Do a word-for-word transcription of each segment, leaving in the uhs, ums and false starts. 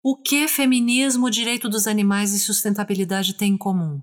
O que feminismo, direito dos animais e sustentabilidade têm em comum?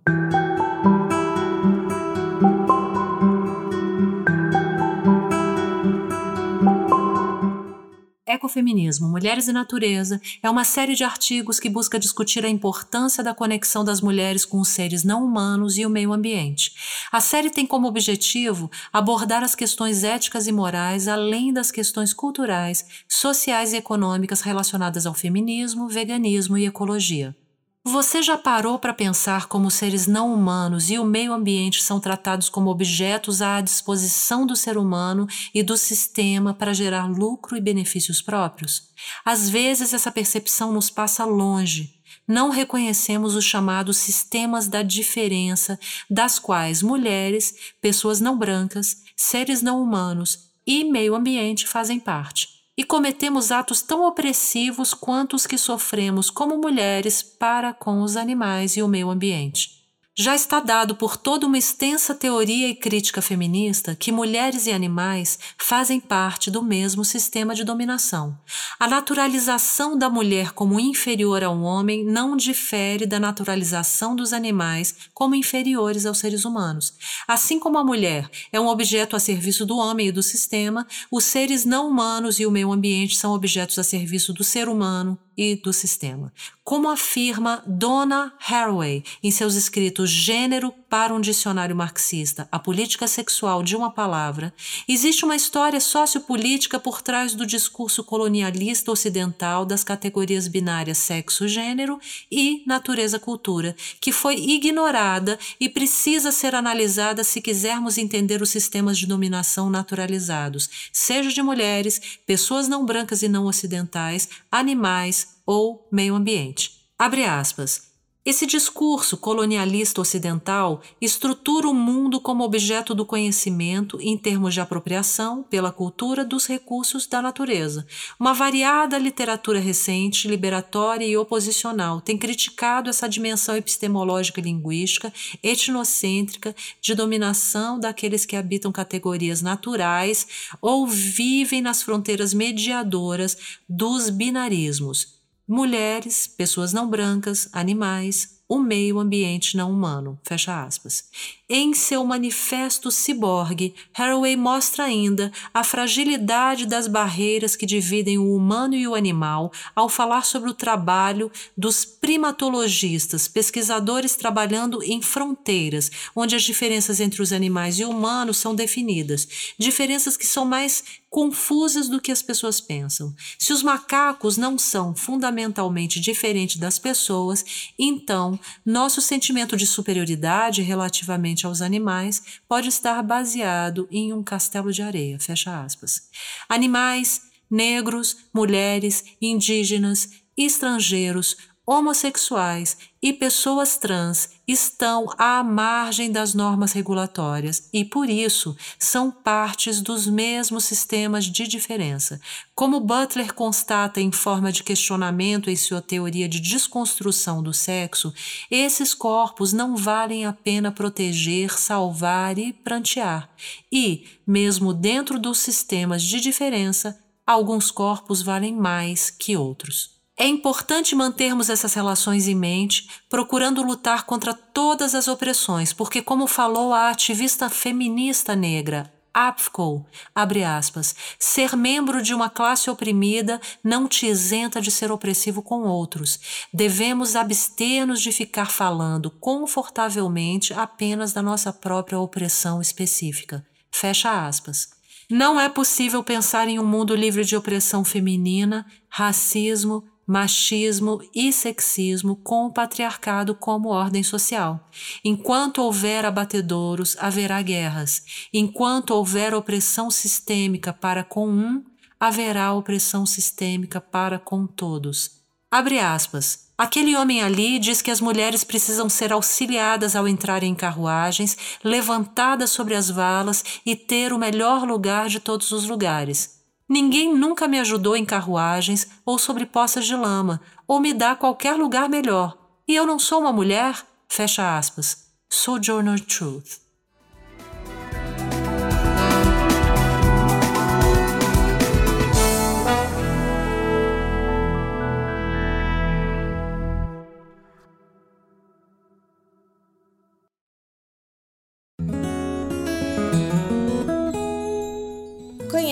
Ecofeminismo, Mulheres e Natureza é uma série de artigos que busca discutir a importância da conexão das mulheres com os seres não humanos e o meio ambiente. A série tem como objetivo abordar as questões éticas e morais, além das questões culturais, sociais e econômicas relacionadas ao feminismo, veganismo e ecologia. Você já parou para pensar como os seres não humanos e o meio ambiente são tratados como objetos à disposição do ser humano e do sistema para gerar lucro e benefícios próprios? Às vezes essa percepção nos passa longe. Não reconhecemos os chamados sistemas da diferença, das quais mulheres, pessoas não brancas, seres não humanos e meio ambiente fazem parte. E cometemos atos tão opressivos quanto os que sofremos como mulheres para com os animais e o meio ambiente. Já está dado por toda uma extensa teoria e crítica feminista que mulheres e animais fazem parte do mesmo sistema de dominação. A naturalização da mulher como inferior ao homem não difere da naturalização dos animais como inferiores aos seres humanos. Assim como a mulher é um objeto a serviço do homem e do sistema, os seres não humanos e o meio ambiente são objetos a serviço do ser humano e do sistema. Como afirma Donna Haraway em seus escritos Gênero para um Dicionário Marxista, a política sexual de uma palavra, existe uma história sociopolítica por trás do discurso colonialista ocidental das categorias binárias sexo-gênero e natureza-cultura, que foi ignorada e precisa ser analisada se quisermos entender os sistemas de dominação naturalizados, seja de mulheres, pessoas não brancas e não ocidentais, animais ou meio ambiente. Abre aspas. Esse discurso colonialista ocidental estrutura o mundo como objeto do conhecimento em termos de apropriação pela cultura dos recursos da natureza. Uma variada literatura recente, liberatória e oposicional tem criticado essa dimensão epistemológica e linguística, etnocêntrica, de dominação daqueles que habitam categorias naturais ou vivem nas fronteiras mediadoras dos binarismos. Mulheres, pessoas não brancas, animais, o meio ambiente não humano, fecha aspas. Em seu manifesto ciborgue, Haraway mostra ainda a fragilidade das barreiras que dividem o humano e o animal ao falar sobre o trabalho dos primatologistas, pesquisadores trabalhando em fronteiras, onde as diferenças entre os animais e o humano são definidas, diferenças que são mais confusas do que as pessoas pensam. Se os macacos não são fundamentalmente diferentes das pessoas, então nosso sentimento de superioridade relativamente aos animais pode estar baseado em um castelo de areia, fecha aspas. Animais, negros, mulheres, indígenas, estrangeiros, homossexuais e pessoas trans estão à margem das normas regulatórias e, por isso, são partes dos mesmos sistemas de diferença. Como Butler constata em forma de questionamento em sua teoria de desconstrução do sexo, esses corpos não valem a pena proteger, salvar e prantear. E, mesmo dentro dos sistemas de diferença, alguns corpos valem mais que outros. É importante mantermos essas relações em mente, procurando lutar contra todas as opressões, porque, como falou a ativista feminista negra Apfel, abre aspas, ser membro de uma classe oprimida não te isenta de ser opressivo com outros. Devemos abster-nos de ficar falando confortavelmente apenas da nossa própria opressão específica. Fecha aspas. Não é possível pensar em um mundo livre de opressão feminina, racismo, machismo e sexismo com o patriarcado como ordem social. Enquanto houver abatedouros, haverá guerras. Enquanto houver opressão sistêmica para com um, haverá opressão sistêmica para com todos. Abre aspas. Aquele homem ali diz que as mulheres precisam ser auxiliadas ao entrarem em carruagens, levantadas sobre as valas e ter o melhor lugar de todos os lugares. Ninguém nunca me ajudou em carruagens ou sobre poças de lama, ou me dá qualquer lugar melhor. E eu não sou uma mulher? Fecha aspas. Sojourner Truth.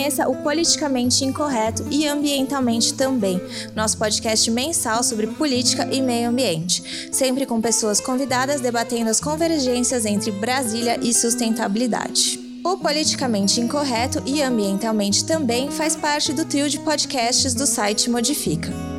conheça o Politicamente Incorreto e Ambientalmente Também, nosso podcast mensal sobre política e meio ambiente, sempre com pessoas convidadas debatendo as convergências entre Brasília e sustentabilidade. O Politicamente Incorreto e Ambientalmente Também faz parte do trio de podcasts do site Modifica.